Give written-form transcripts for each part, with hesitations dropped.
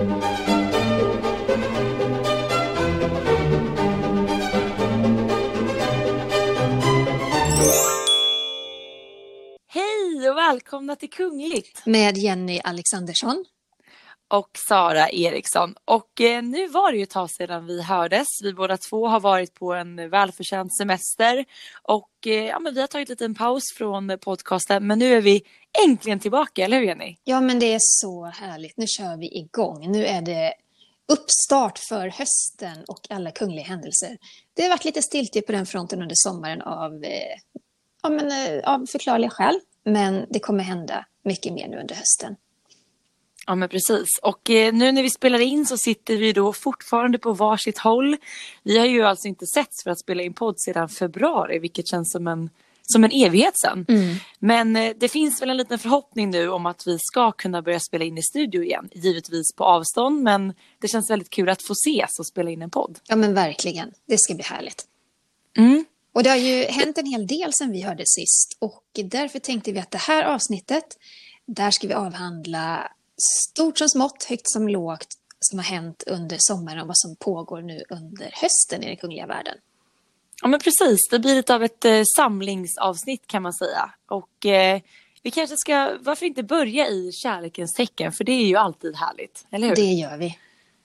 Hej och välkomna till Kungligt med Jenny Alexandersson och Sara Eriksson. Och nu var det ju ett tag sedan vi hördes. Vi båda två har varit på en välförtjänt semester och men vi har tagit lite en paus från podcasten, men nu är vi äntligen tillbaka, eller hur Jenny? Ja, men det är så härligt. Nu kör vi igång. Nu är det uppstart för hösten och alla kungliga händelser. Det har varit lite stiltje på den fronten under sommaren av förklarliga skäl. Men det kommer hända mycket mer nu under hösten. Ja, men precis. Och nu när vi spelar in så sitter vi då fortfarande på varsitt håll. Vi har ju alltså inte setts för att spela in podd sedan februari, vilket känns som en evighet sedan. Men det finns väl en liten förhoppning nu om att vi ska kunna börja spela in i studio igen. Givetvis på avstånd, men det känns väldigt kul att få ses och spela in en podd. Ja, men verkligen. Det ska bli härligt. Och det har ju hänt en hel del sedan vi hörde sist. Och därför tänkte vi att det här avsnittet, där ska vi avhandla stort som smått, högt som lågt, som har hänt under sommaren och vad som pågår nu under hösten i den kungliga världen. Ja, men precis. Det blir lite av ett samlingsavsnitt kan man säga. Och vi kanske ska, varför inte börja i kärlekens tecken? För det är ju alltid härligt, eller hur? Det gör vi.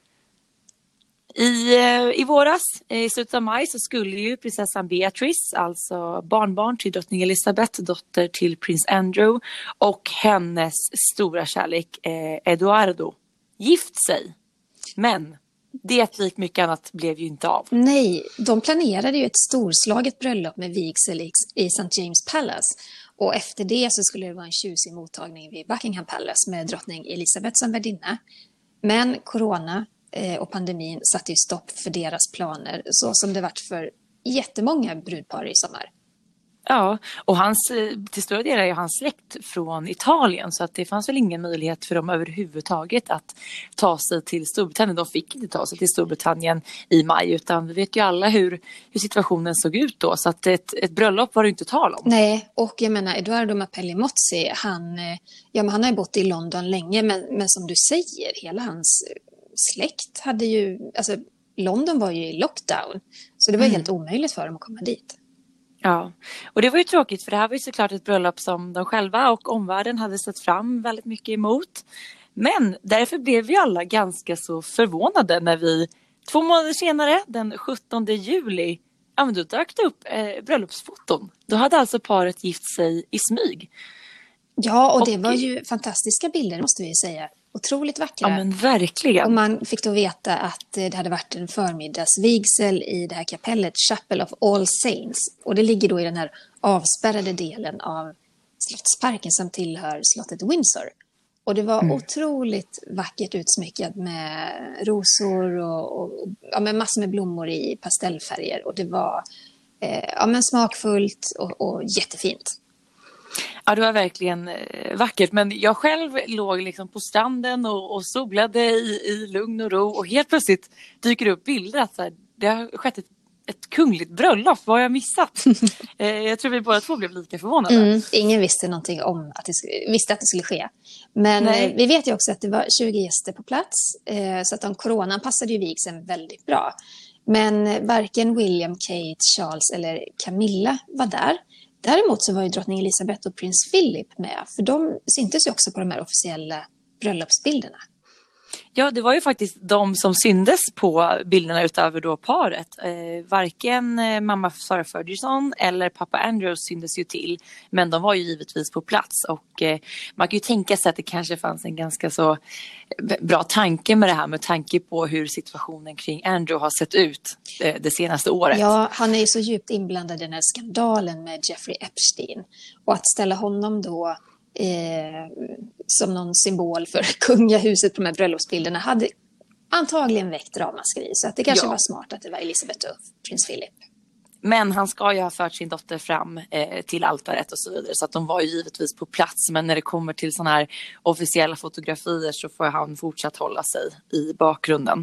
I våras, i slutet av maj, så skulle ju prinsessan Beatrice, alltså barnbarn till drottning Elizabeth, dotter till prins Andrew, och hennes stora kärlek Eduardo gift sig. Men det likt mycket annat blev ju inte av. Nej, de planerade ju ett storslaget bröllop med vigsel i St. James Palace. Och efter det så skulle det vara en tjusig mottagning vid Buckingham Palace med drottning Elizabeth som värdinna. Men corona och pandemin satte ju stopp för deras planer, så som det varit för jättemånga brudpar i sommar. Ja, och till stora delar är hans släkt från Italien, så att det fanns väl ingen möjlighet för dem överhuvudtaget att ta sig till Storbritannien. De fick inte ta sig till Storbritannien i maj, utan vi vet ju alla hur situationen såg ut då, så att ett bröllop var det inte tal om. Nej, och jag menar Edoardo Mapelli Mozzi, han har ju bott i London länge, men som du säger, hela hans släkt hade ju, alltså London var ju i lockdown, så det var helt omöjligt för dem att komma dit. Ja, och det var ju tråkigt, för det här var ju såklart ett bröllop som de själva och omvärlden hade sett fram väldigt mycket emot. Men därför blev vi alla ganska så förvånade när vi 2 månader senare, den 17 juli, då dök det upp bröllopsfoton. Då hade alltså paret gift sig i smyg. Ja, och det var ju fantastiska bilder, måste vi ju säga. Otroligt vackra. Ja, men verkligen. Och man fick då veta att det hade varit en förmiddagsvigsel i det här kapellet, Chapel of All Saints. Och det ligger då i den här avspärrade delen av slottsparken som tillhör slottet Windsor. Och det var otroligt vackert utsmyckat med rosor och med massor med blommor i pastellfärger. Och det var smakfullt och jättefint. Ja, det var verkligen vackert, men jag själv låg liksom på stranden och solade i lugn och ro, och helt plötsligt dyker det upp bilder att det har skett ett kungligt bröllop. Vad har jag missat? Jag tror vi båda två blev lika förvånade. Ingen visste någonting om att det skulle ske. Men vi vet ju också att det var 20 gäster på plats, så att coronan passade ju vigseln väldigt bra. Men varken William, Kate, Charles eller Camilla var där. Däremot så var ju drottning Elizabeth och prins Philip med, för de syntes ju också på de här officiella bröllopsbilderna. Ja, det var ju faktiskt de som syndes på bilderna utöver då paret. Varken mamma Sarah Ferguson eller pappa Andrew syndes ju till, men de var ju givetvis på plats, och man kan ju tänka sig att det kanske fanns en ganska så bra tanke med det här, med tanke på hur situationen kring Andrew har sett ut det senaste året. Ja, han är ju så djupt inblandad i den här skandalen med Jeffrey Epstein, och att ställa honom då som någon symbol för kungahuset på de här bröllopsbilderna hade antagligen väckt ramaskri, så att det kanske var smart att det var Elizabeth och prins Philip. Men han ska ju ha fört sin dotter fram till altaret och så vidare, så att de var ju givetvis på plats. Men när det kommer till såna här officiella fotografier så får han fortsatt hålla sig i bakgrunden.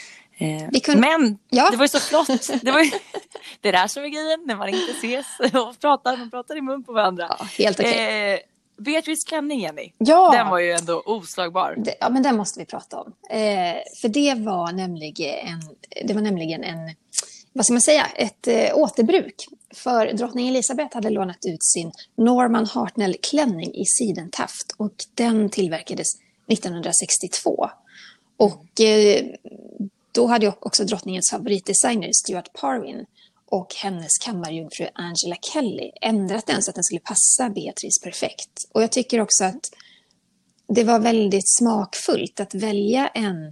Men det var ju så flott. Det var ju det där som är grejen när man inte ses och pratar. Man pratar i mun på varandra. Ja, helt okej. Beatrice klänning, Jenny. Ja. Den var ju ändå oslagbar. Ja, men den måste vi prata om. För det var nämligen en, vad ska man säga, ett återbruk. För drottning Elizabeth hade lånat ut sin Norman Hartnell-klänning i sidentäft och den tillverkades 1962. Och då hade också drottningens favoritdesigner Stuart Parwin och hennes kammarjungfru Angela Kelly ändrat den så att den skulle passa Beatrice perfekt. Och jag tycker också att det var väldigt smakfullt att välja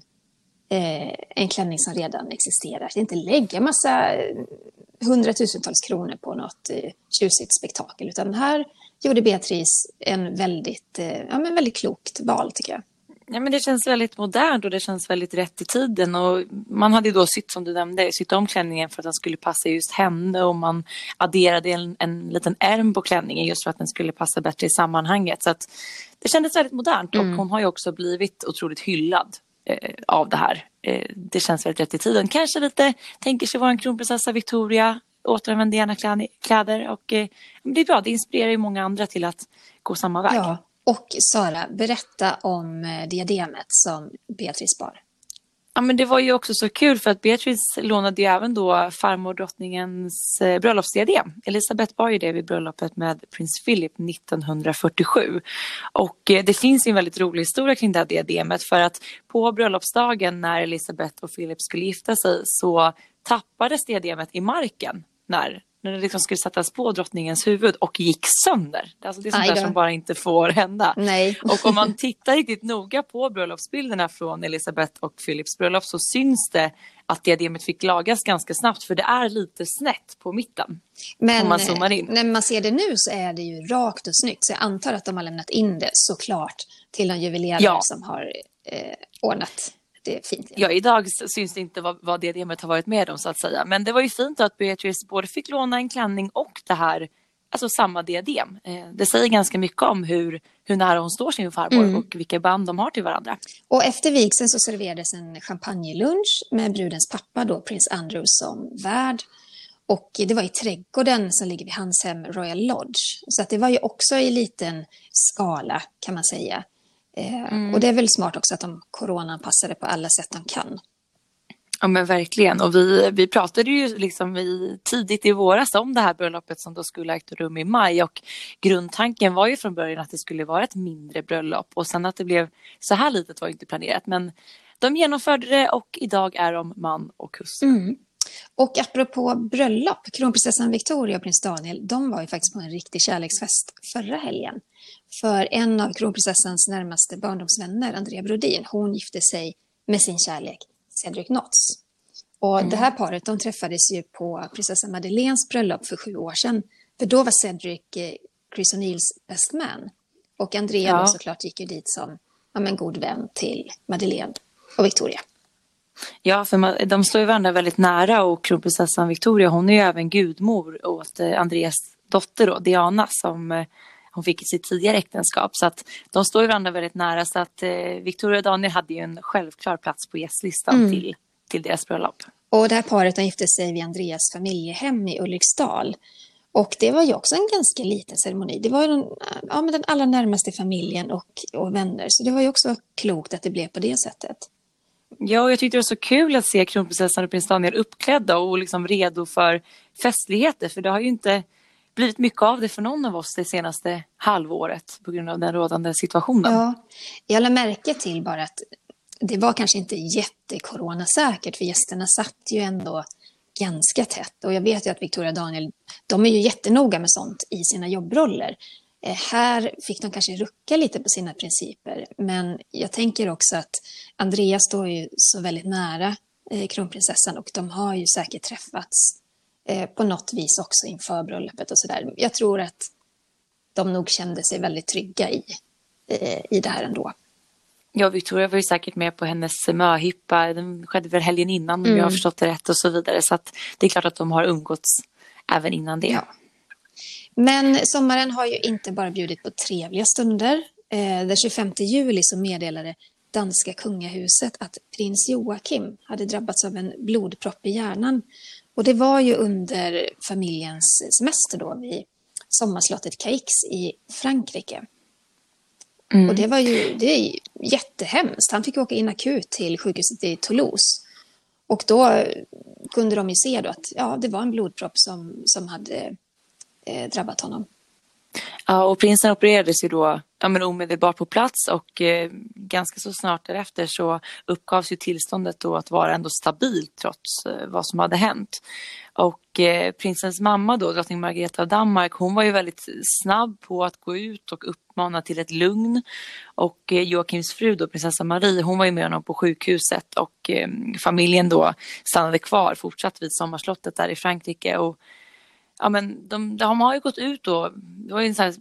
en klänning som redan existerar. Inte lägga massa hundratusentals kronor på något tjusigt spektakel. Utan här gjorde Beatrice en väldigt klokt val, tycker jag. Ja, men det känns väldigt modernt och det känns väldigt rätt i tiden. Och man hade då som du nämnde, sytt om klänningen för att den skulle passa just henne. Och man adderade en liten ärm på klänningen just för att den skulle passa bättre i sammanhanget. Så att det kändes väldigt modernt och hon har ju också blivit otroligt hyllad av det här. Det känns väldigt rätt i tiden. Kanske lite tänker sig vara en kronprinsessa Victoria, återanvänder gärna kläder. Och det är bra, det inspirerar ju många andra till att gå samma väg. Ja. Och Sara, berätta om diademet som Beatrice bar. Ja, men det var ju också så kul för att Beatrice lånade ju även då farmor drottningens bröllopsdiadem. Elisabeth bar ju det vid bröllopet med prins Philip 1947. Och det finns ju en väldigt rolig historia kring det här diademet för att på bröllopsdagen när Elisabeth och Philip skulle gifta sig så tappades diademet i marken när det liksom skulle sättas på drottningens huvud och gick sönder. Alltså det är sånt där som bara inte får hända. Nej. Och om man tittar riktigt noga på bröllopsbilderna från Elisabeth och Philips bröllop så syns det att diademet fick lagas ganska snabbt för det är lite snett på mitten. Men om man zoomar in. När man ser det nu så är det ju rakt och snyggt. Så jag antar att de har lämnat in det såklart till en juvelerare som har ordnat. Det är fint. Ja, idag syns det inte vad diademet har varit med om så att säga. Men det var ju fint att Beatrice både fick låna en klänning och det här, alltså samma diadem. Det säger ganska mycket om hur nära hon står sin farmor och vilka band de har till varandra. Och efter vigseln så serverades en champagnelunch med brudens pappa då, prins Andrew, som värd. Och det var i trädgården som ligger vid hans hem, Royal Lodge. Så att det var ju också i liten skala kan man säga. Och det är väl smart också att de coronaanpassade på alla sätt de kan. Ja men verkligen, och vi pratade ju liksom tidigt i våras om det här bröllopet som då skulle ägt rum i maj och grundtanken var ju från början att det skulle vara ett mindre bröllop och sen att det blev så här litet var inte planerat, men de genomförde det och idag är de man och hustru. Och apropå bröllop, kronprinsessan Victoria och prins Daniel, de var ju faktiskt på en riktig kärleksfest förra helgen. För en av kronprinsessans närmaste barndomsvänner, Andrea Brodin, hon gifte sig med sin kärlek Cedric Knotts. Och det här paret, de träffades ju på prinsessa Madeleines bröllop för 7 år sedan. För då var Cedric Chris O'Neills best man. Och Andrea då såklart gick ju dit som en god vän till Madeleine och Victoria. Ja, för de står ju varandra väldigt nära och kronprinsessan Victoria, hon är ju även gudmor åt Andreas dotter då, Diana, som hon fick i sitt tidigare äktenskap. Så att de står ju varandra väldigt nära så att Victoria och Daniel hade ju en självklar plats på gästlistan till deras bröllop. Och det här paret gifte sig vid Andreas familjehem i Ulriksdal. Och det var ju också en ganska liten ceremoni. Det var ju den allra närmaste familjen och vänner. Så det var ju också klokt att det blev på det sättet. Ja, och jag tyckte det var så kul att se kronprinsessan och prins Daniel uppklädda och liksom redo för festligheter. För det har ju inte blivit mycket av det för någon av oss det senaste halvåret på grund av den rådande situationen. Ja, jag lade märke till bara att det var kanske inte jättekoronasäkert för gästerna satt ju ändå ganska tätt. Och jag vet ju att Victoria och Daniel, de är ju jättenoga med sånt i sina jobbroller. Här fick de kanske rucka lite på sina principer. Men jag tänker också att Andrea står ju så väldigt nära kronprinsessan och de har ju säkert träffats på något vis också inför bröllopet och sådär. Jag tror att de nog kände sig väldigt trygga i det här ändå. Ja, Victoria var ju säkert med på hennes möhippa. Den skedde väl helgen innan om jag har förstått det rätt och så vidare. Så att det är klart att de har umgåtts även innan det. Ja. Men sommaren har ju inte bara bjudit på trevliga stunder. Den 25 juli så meddelade danska kungahuset att prins Joachim hade drabbats av en blodpropp i hjärnan. Och det var ju under familjens semester då vid sommarslottet Caix i Frankrike. Och det är jättehemskt. Han fick åka in akut till sjukhuset i Toulouse. Och då kunde de ju se då att det var en blodpropp som hade drabbat honom. Ja, och prinsen opererades ju då omedelbart på plats och ganska så snart därefter så uppgavs ju tillståndet då att vara ändå stabilt trots vad som hade hänt. Och prinsens mamma då, drottning Margareta av Danmark, hon var ju väldigt snabb på att gå ut och uppmana till ett lugn. Och Joakims fru då, prinsessa Marie, hon var ju med honom på sjukhuset och familjen då stannade kvar fortsatt vid sommarslottet där i Frankrike. Och de har ju gått ut då, det var ju en sån här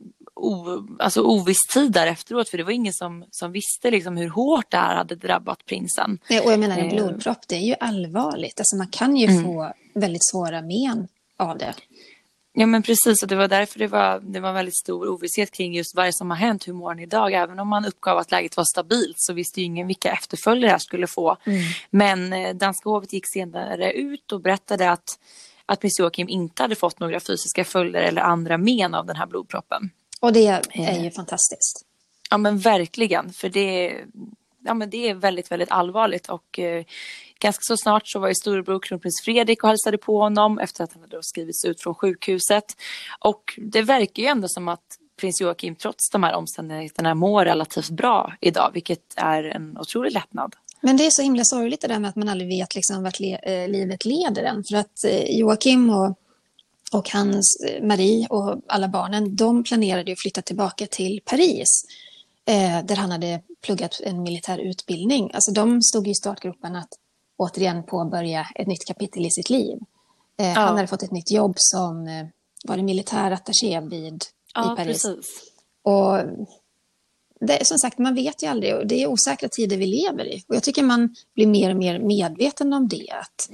oviss tid där efteråt, för det var ingen som visste liksom hur hårt det här hade drabbat prinsen. Nej, och jag menar en blodpropp, det är ju allvarligt. Alltså man kan ju få väldigt svåra men av det. Ja men precis, och det var därför det var väldigt stor ovisshet kring just vad som har hänt, hur mår han idag. Även om man uppgav att läget var stabilt så visste ju ingen vilka efterföljder det här skulle få. Men danska hovet gick senare ut och berättade att prins Joakim inte hade fått några fysiska följder eller andra men av den här blodproppen. Och det är ju fantastiskt. Ja men verkligen, för det är väldigt, väldigt allvarligt. Och ganska så snart så var ju storebror kronprins Fredrik och hälsade på honom efter att han hade skrivits ut från sjukhuset. Och det verkar ju ändå som att prins Joakim trots de här omständigheterna mår relativt bra idag, vilket är en otrolig lättnad. Men det är så himla sorgligt det där med att man aldrig vet liksom vart livet leder en. För att Joakim och hans Marie och alla barnen, de planerade att flytta tillbaka till Paris. Där han hade pluggat en militär utbildning. Alltså de stod i startgruppen att återigen påbörja ett nytt kapitel i sitt liv. Han hade fått ett nytt jobb som var det militärattaché i Paris. Precis. Och det, som sagt, man vet ju aldrig, och det är osäkra tider vi lever i. Och jag tycker man blir mer och mer medveten om det. Att,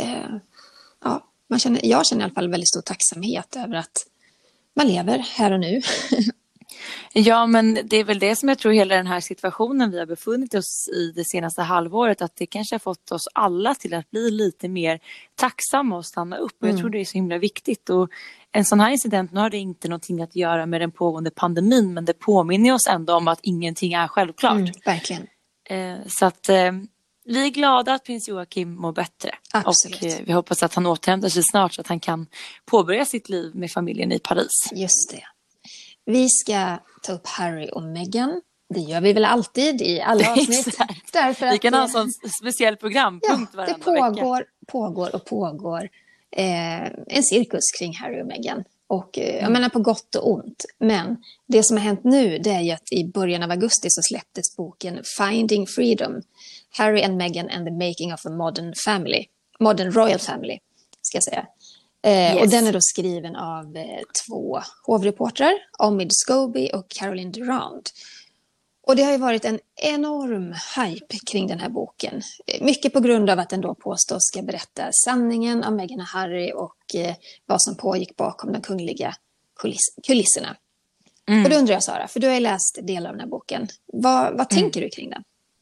jag känner i alla fall väldigt stor tacksamhet över att man lever här och nu. Ja, men det är väl det som jag tror hela den här situationen vi har befunnit oss i det senaste halvåret, att det kanske har fått oss alla till att bli lite mer tacksamma och stanna upp. Och jag tror det är så himla viktigt. Och en sån här incident, nu har det inte någonting att göra med den pågående pandemin, men det påminner oss ändå om att ingenting är självklart. Verkligen. Så att vi är glada att prins Joakim mår bättre. Absolut. Och vi hoppas att han återhämtar sig snart så att han kan påbörja sitt liv med familjen i Paris. Just det. Vi ska ta upp Harry och Meghan. Det gör vi väl alltid i alla avsnitt. Därför att vi kan ha en sån speciell programpunkt varenda vecka. Det pågår en cirkus kring Harry och Meghan. Och jag menar på gott och ont. Men det som har hänt nu, det är ju att i början av augusti så släpptes boken Finding Freedom. Harry and Meghan and the Making of a Modern Royal Family, ska jag säga. Yes. Och den är då skriven av två hovreportrar, Omid Scobie och Caroline Durand. Och det har ju varit en enorm hype kring den här boken. Mycket på grund av att den då påstås ska berätta sanningen om Meghan och Harry och vad som pågick bakom de kungliga kulisserna. Och då undrar jag, Sara, för du har ju läst delar av den här boken. Vad tänker du kring den?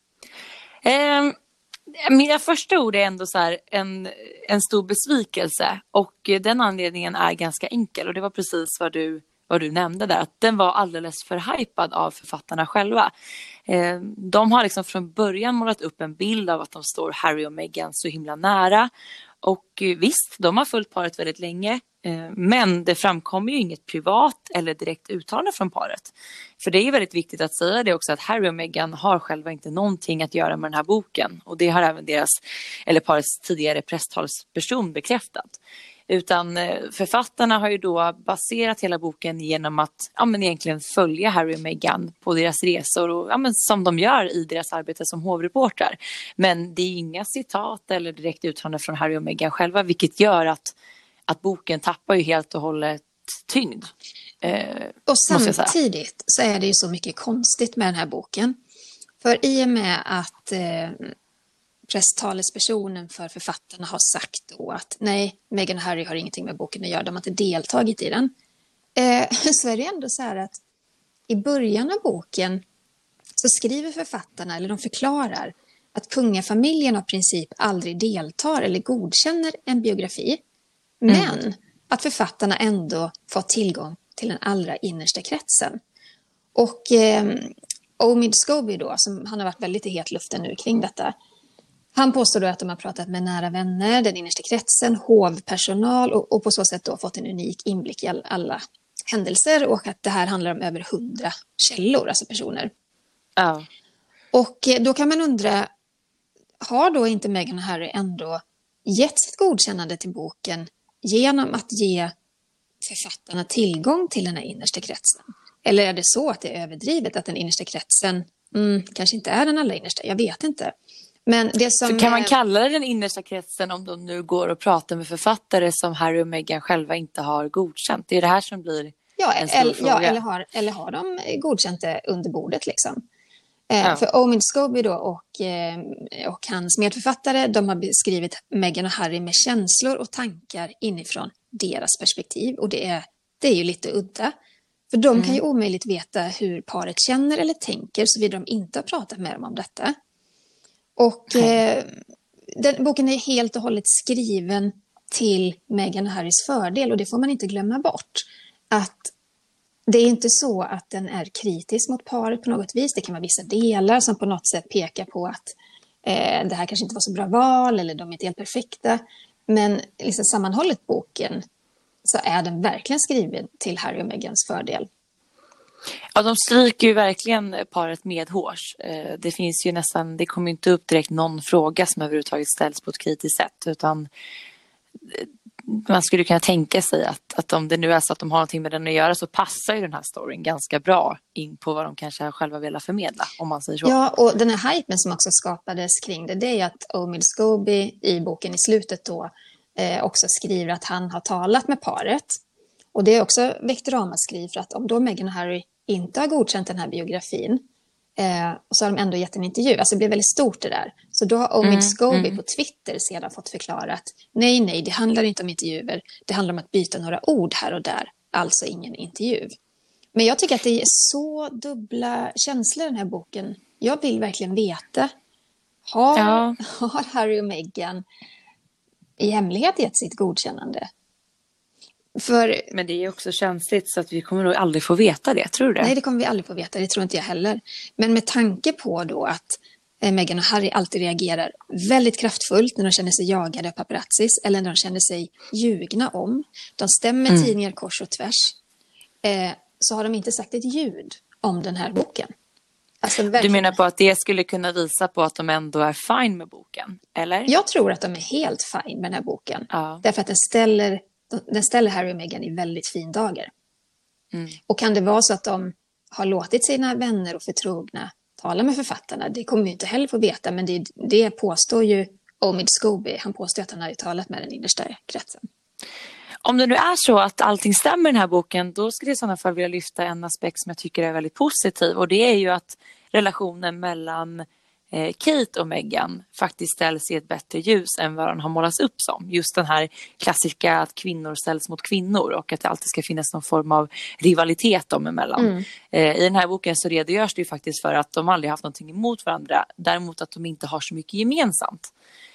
Mina första ord är ändå så här en stor besvikelse, och den anledningen är ganska enkel, och det var precis vad du nämnde där, att den var alldeles för hypad av författarna själva. De har liksom från början målat upp en bild av att de står Harry och Meghan så himla nära, och visst, de har följt paret väldigt länge, men det framkommer ju inget privat eller direkt uttalande från paret. För det är ju väldigt viktigt att säga det också, att Harry och Meghan har själva inte någonting att göra med den här boken. Och det har även parets tidigare presstalsperson bekräftat. Utan författarna har ju då baserat hela boken genom att egentligen följa Harry och Meghan på deras resor, och som de gör i deras arbete som hovreportrar. Men det är inga citat eller direkt uttalande från Harry och Meghan själva, vilket gör att boken tappar ju helt och hållet tyngd. Och samtidigt så är det ju så mycket konstigt med den här boken. För i och med att presstalespersonen för författarna har sagt då att nej, Meghan och Harry har ingenting med boken att göra, de har inte deltagit i den. Så är det ändå så här att i början av boken så skriver författarna, eller de förklarar, att kungafamiljen av princip aldrig deltar eller godkänner en biografi. Men att författarna ändå får tillgång till den allra innersta kretsen. Och Omid Scobie då, som han har varit väldigt i hetluften nu kring detta. Han påstår då att de har pratat med nära vänner, den innersta kretsen, hovpersonal och på så sätt då fått en unik inblick i alla händelser och att det här handlar om över 100 källor, alltså personer. Ja. Och då kan man undra, har då inte Meghan och Harry ändå gett sitt godkännande till boken genom att ge författarna tillgång till den här innersta kretsen? Eller är det så att det är överdrivet att den innersta kretsen kanske inte är den allra innersta? Jag vet inte. Men det som Så kan man kalla det den innersta kretsen om de nu går och pratar med författare som Harry och Meghan själva inte har godkänt? Det är det här som blir en stor fråga. Ja, eller har de godkänt det under bordet liksom? För Omid Scobie då och hans medförfattare, de har beskrivit Meghan och Harry med känslor och tankar inifrån deras perspektiv. Och det är ju lite udda. För de kan ju omöjligt veta hur paret känner eller tänker såvida de inte har pratat med dem om detta. Och den boken är helt och hållet skriven till Meghan och Harrys fördel och det får man inte glömma bort. Att det är inte så att den är kritisk mot paret på något vis. Det kan vara vissa delar som på något sätt pekar på att det här kanske inte var så bra val eller de är inte helt perfekta. Men liksom sammanhållet boken så är den verkligen skriven till Harry och Meghans fördel. Ja, de stryker ju verkligen paret medhårs. Det finns ju nästan, det kommer inte upp direkt någon fråga som överhuvudtaget ställs på ett kritiskt sätt, utan man skulle kunna tänka sig att om det nu är så att de har någonting med den att göra så passar ju den här storyn ganska bra in på vad de kanske själva vill förmedla, om man säger så. Ja, och den här hypen som också skapades kring det är att Omid Scobie i boken i slutet då också skriver att han har talat med paret. Och det är också väckt ramaskri för att om då Meghan och Harry inte har godkänt den här biografin så har de ändå gett en intervju. Alltså det blev väldigt stort det där. Så då har Omid Scobie på Twitter sedan fått förklara att nej, det handlar inte om intervjuer. Det handlar om att byta några ord här och där. Alltså ingen intervju. Men jag tycker att det är så dubbla känslor i den här boken. Jag vill verkligen veta. Har Harry och Meghan i hemlighet gett sitt godkännande? Men det är också känsligt så att vi kommer nog aldrig få veta det, tror du det? Nej, det kommer vi aldrig få veta, det tror inte jag heller. Men med tanke på då att Meghan och Harry alltid reagerar väldigt kraftfullt när de känner sig jagade av paparazzis eller när de känner sig ljugna om. De stämmer tidningar kors och tvärs. Så har de inte sagt ett ljud om den här boken. Alltså, du menar på att det skulle kunna visa på att de ändå är fine med boken, eller? Jag tror att de är helt fine med den här boken. Ja. Därför att den ställer Harry och Meghan i väldigt fin dager. Och kan det vara så att de har låtit sina vänner och förtrogna tala med författarna? Det kommer vi inte heller få veta, men det påstår ju Omid Scobie. Han påstår att han har talat med den innersta kretsen. Om det nu är så att allting stämmer i den här boken, då skulle jag i sådana fall vilja lyfta en aspekt som jag tycker är väldigt positiv. Och det är ju att relationen mellan Kate och Meghan faktiskt ställs i ett bättre ljus än vad den har målats upp som. Just den här klassiska att kvinnor ställs mot kvinnor och att det alltid ska finnas någon form av rivalitet dem emellan. I den här boken så redogörs det ju faktiskt för att de aldrig haft någonting emot varandra. Däremot att de inte har så mycket gemensamt.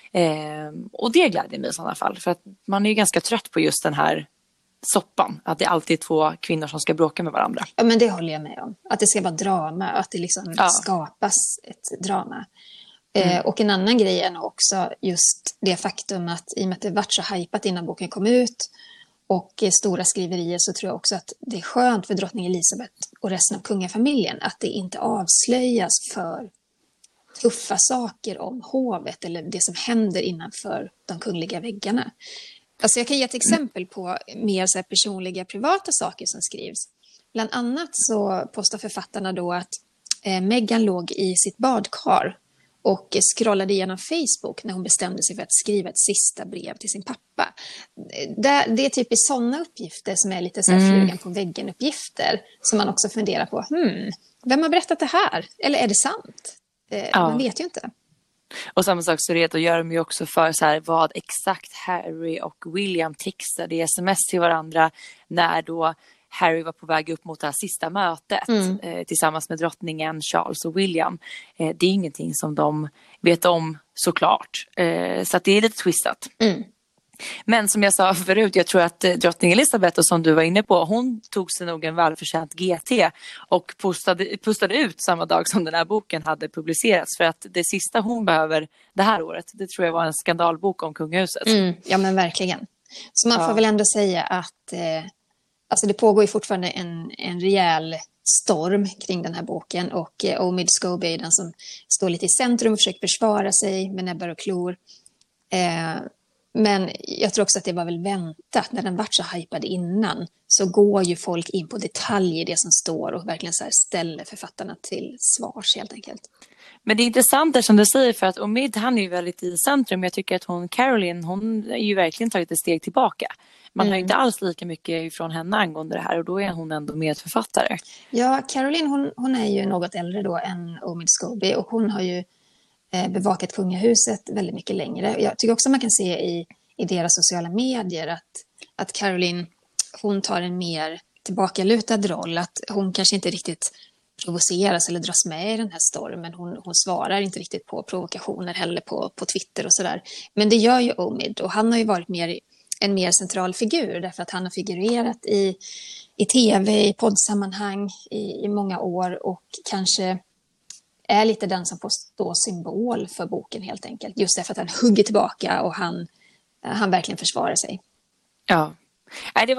Och det gläder mig i sådana fall. För att man är ju ganska trött på just den här soppan. Att det alltid är två kvinnor som ska bråka med varandra. Ja, men det håller jag med om. Att det ska vara drama. Att det liksom skapas ett drama. Och en annan grej är nog också just det faktum att i och med att det varit så hypat innan boken kom ut och stora skriverier, så tror jag också att det är skönt för drottning Elizabeth och resten av kungafamiljen att det inte avslöjas för tuffa saker om hovet eller det som händer innanför de kungliga väggarna. Alltså jag kan ge ett exempel på mer så här personliga, privata saker som skrivs. Bland annat så postar författarna då att Meghan låg i sitt badkar och scrollade igenom Facebook när hon bestämde sig för att skriva ett sista brev till sin pappa. Det är typiskt sådana uppgifter som är lite så här flugan på väggen-uppgifter som man också funderar på. Vem har berättat det här? Eller är det sant? Man vet ju inte. Och samma sak så redogör de ju också för så här, vad exakt Harry och William textade i sms till varandra när då Harry var på väg upp mot det här sista mötet tillsammans med drottningen, Charles och William. Det är ingenting som de vet om såklart. Så att det är lite twistat. Men som jag sa förut, jag tror att drottning Elizabeth, och som du var inne på, hon tog sig nog en välförtjänt GT och pustade ut samma dag som den här boken hade publicerats. För att det sista hon behöver det här året, det tror jag var en skandalbok om kungahuset. Ja, men verkligen. Så man får väl ändå säga att alltså det pågår ju fortfarande en rejäl storm kring den här boken, och Omid Scobie är den som står lite i centrum och försöker försvara sig med näbbar och klor. Men jag tror också att det var väl väntat. När den var så hypad innan så går ju folk in på detaljer i det som står och verkligen så här ställer författarna till svars helt enkelt. Men det är intressant där som du säger, för att Omid, han är ju väldigt i centrum. Jag tycker att Caroline, hon är ju verkligen tagit ett steg tillbaka. Man har ju inte alls lika mycket ifrån henne angående det här, och då är hon ändå medförfattare. Ja, Caroline hon är ju något äldre då än Omid Scobie, och hon har ju bevakat kungahuset väldigt mycket längre. Jag tycker också man kan se i deras sociala medier att Caroline, hon tar en mer tillbakalutad roll. Att hon kanske inte riktigt provoceras eller dras med i den här stormen. Hon svarar inte riktigt på provokationer heller på Twitter och sådär. Men det gör ju Omid, och han har ju varit en mer central figur därför att han har figurerat i tv, i poddsammanhang i många år, och kanske är lite den som får stå symbol för boken helt enkelt. Just därför att han hugger tillbaka och han verkligen försvarar sig. Ja, det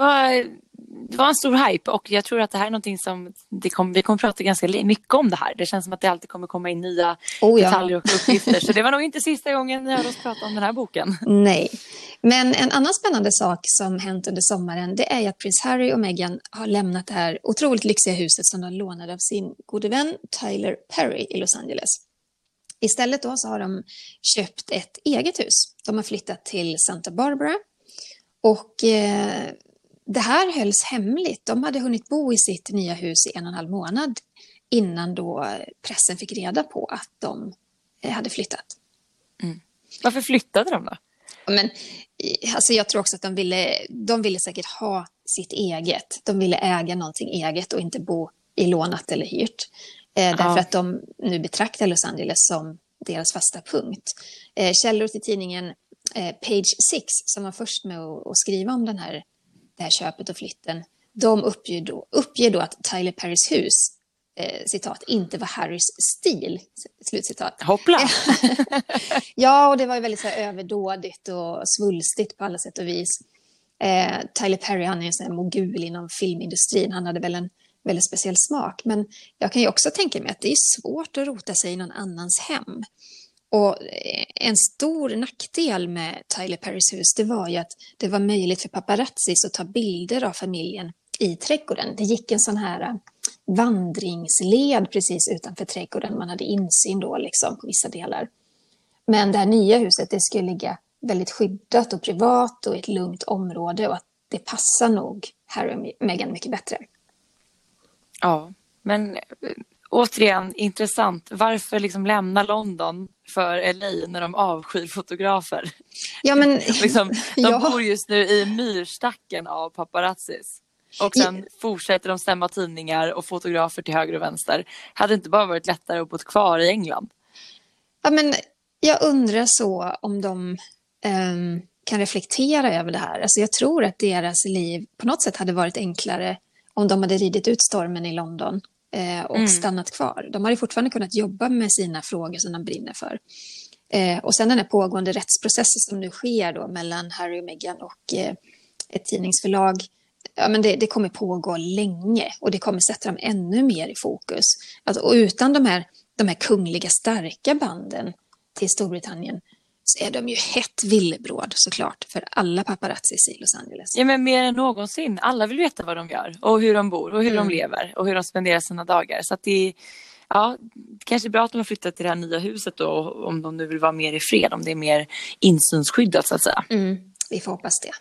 var en stor hype, och jag tror att det här är någonting som vi kommer prata ganska mycket om det här. Det känns som att det alltid kommer komma in nya detaljer och uppgifter. Så det var nog inte sista gången jag hörde oss prata om den här boken. Nej, men en annan spännande sak som hänt under sommaren, det är att prins Harry och Meghan har lämnat det här otroligt lyxiga huset som de lånade av sin gode vän Tyler Perry i Los Angeles. Istället då så har de köpt ett eget hus. De har flyttat till Santa Barbara, och det här hölls hemligt. De hade hunnit bo i sitt nya hus i 1,5 månad innan då pressen fick reda på att de hade flyttat. Varför flyttade de då? Men alltså jag tror också att de ville säkert ha sitt eget. De ville äga någonting eget och inte bo i lånat eller hyrt. Därför att de nu betraktar Los Angeles som deras fasta punkt. Källor till tidningen Page 6, som var först med att skriva om det här köpet och flytten, de uppger då att Tyler Perrys hus, citat, inte var Harrys stil, slutcitat. Hoppla! Ja, och det var ju väldigt så här överdådigt och svulstigt på alla sätt och vis. Tyler Perry, han är en sån här mogul inom filmindustrin. Han hade väl en väldigt speciell smak. Men jag kan ju också tänka mig att det är svårt att rota sig i någon annans hem. Och en stor nackdel med Tyler Perrys hus, det var ju att det var möjligt för paparazzis att ta bilder av familjen i trädgården. Det gick en sån här vandringsled precis utanför trädgården. Man hade insyn då liksom på vissa delar. Men det här nya huset, det skulle ligga väldigt skyddat och privat och i ett lugnt område, och att det passar nog Harry och Meghan mycket bättre. Ja, men återigen intressant. Varför liksom lämna London för LA när de avskyr fotografer? Ja, men de bor just nu i myrstacken av paparazzis. Och sen fortsätter de stämma tidningar och fotografer till höger och vänster. Hade inte bara varit lättare att bo kvar i England? Ja, men jag undrar så om de kan reflektera över det här. Alltså jag tror att deras liv på något sätt hade varit enklare om de hade ridit ut stormen i London och stannat kvar. De hade fortfarande kunnat jobba med sina frågor som de brinner för. Och sen den här pågående rättsprocessen som nu sker då mellan Harry och Meghan och ett tidningsförlag. Ja, men det kommer pågå länge, och det kommer sätta dem ännu mer i fokus. Och utan de här kungliga starka banden till Storbritannien så är de ju hett villebråd såklart för alla paparazzis i Los Angeles. Ja, men mer än någonsin. Alla vill veta vad de gör och hur de bor och hur de lever och hur de spenderar sina dagar. Så att det kanske är bra att de har flyttat till det här nya huset då, om de nu vill vara mer i fred, om det är mer insynsskyddat så att säga. Vi får hoppas det.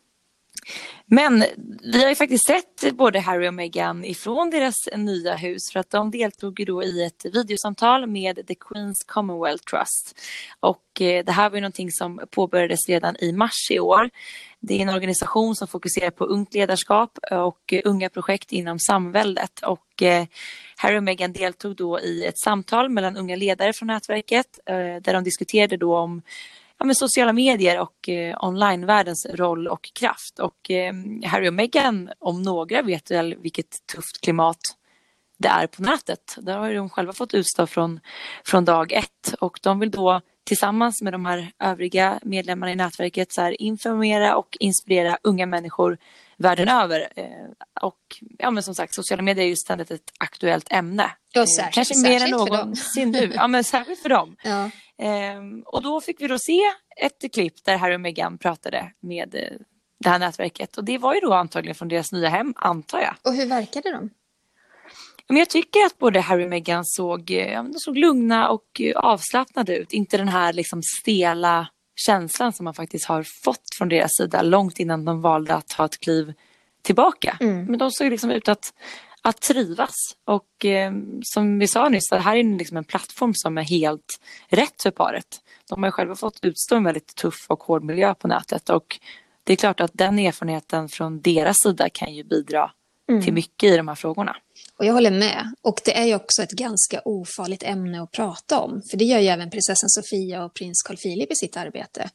Men vi har ju faktiskt sett både Harry och Meghan ifrån deras nya hus, för att de deltog ju då i ett videosamtal med The Queen's Commonwealth Trust. Och det här var ju någonting som påbörjades redan i mars i år. Det är en organisation som fokuserar på ungt ledarskap och unga projekt inom samväldet. Och Harry och Meghan deltog då i ett samtal mellan unga ledare från nätverket där de diskuterade då om med sociala medier och onlinevärldens roll och kraft. Och Harry och Meghan, om några, vet väl vilket tufft klimat det är på nätet. Där har de själva fått utstå från dag ett. Och de vill då tillsammans med de här övriga medlemmarna i nätverket så här, informera och inspirera unga människor världen över. Och men som sagt, sociala medier är ju ständigt ett aktuellt ämne. Kanske mer än någonsin nu. Ja, men särskilt för dem. Ja. Och då fick vi då se ett klipp där Harry och Meghan pratade med det här nätverket. Och det var ju då antagligen från deras nya hem, antar jag. Och hur verkade de? Men jag tycker att både Harry och Meghan såg lugna och avslappnade ut. Inte den här liksom stela känslan som man faktiskt har fått från deras sida långt innan de valde att ta ett kliv tillbaka. Men de såg liksom ut att trivas. Och som vi sa nyss, det här är liksom en plattform som är helt rätt för paret. De har ju själva fått utstå en väldigt tuff och hård miljö på nätet. Och det är klart att den erfarenheten från deras sida kan ju bidra till mycket i de här frågorna. Och jag håller med. Och det är ju också ett ganska ofarligt ämne att prata om. För det gör ju även prinsessan Sofia och prins Carl Philip i sitt arbete.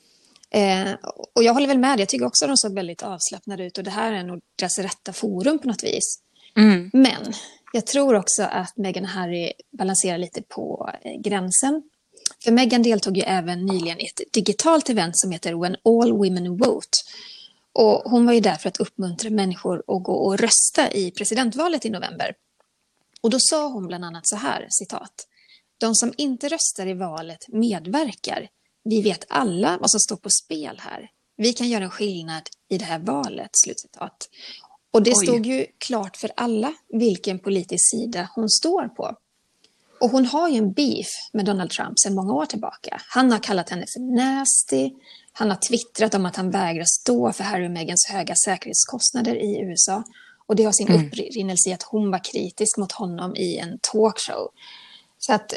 Och jag håller väl med. Jag tycker också att de såg väldigt avslappnade ut. Och det här är nog deras rätta forum på något vis. Men jag tror också att Meghan och Harry balanserar lite på gränsen. För Meghan deltog ju även nyligen i ett digitalt event som heter When All Women Vote. Och hon var ju där för att uppmuntra människor att gå och rösta i presidentvalet i november. Och då sa hon bland annat så här, citat: "De som inte röstar i valet medverkar. Vi vet alla vad som står på spel här. Vi kan göra en skillnad i det här valet", slutcitat. Och det stod ju klart för alla vilken politisk sida hon står på. Och hon har ju en beef med Donald Trump sedan många år tillbaka. Han har kallat henne för nasty. Han har twittrat om att han vägrar stå för Harry och Meghans höga säkerhetskostnader i USA. Och det har sin upprinnelse i att hon var kritisk mot honom i en talkshow. Så att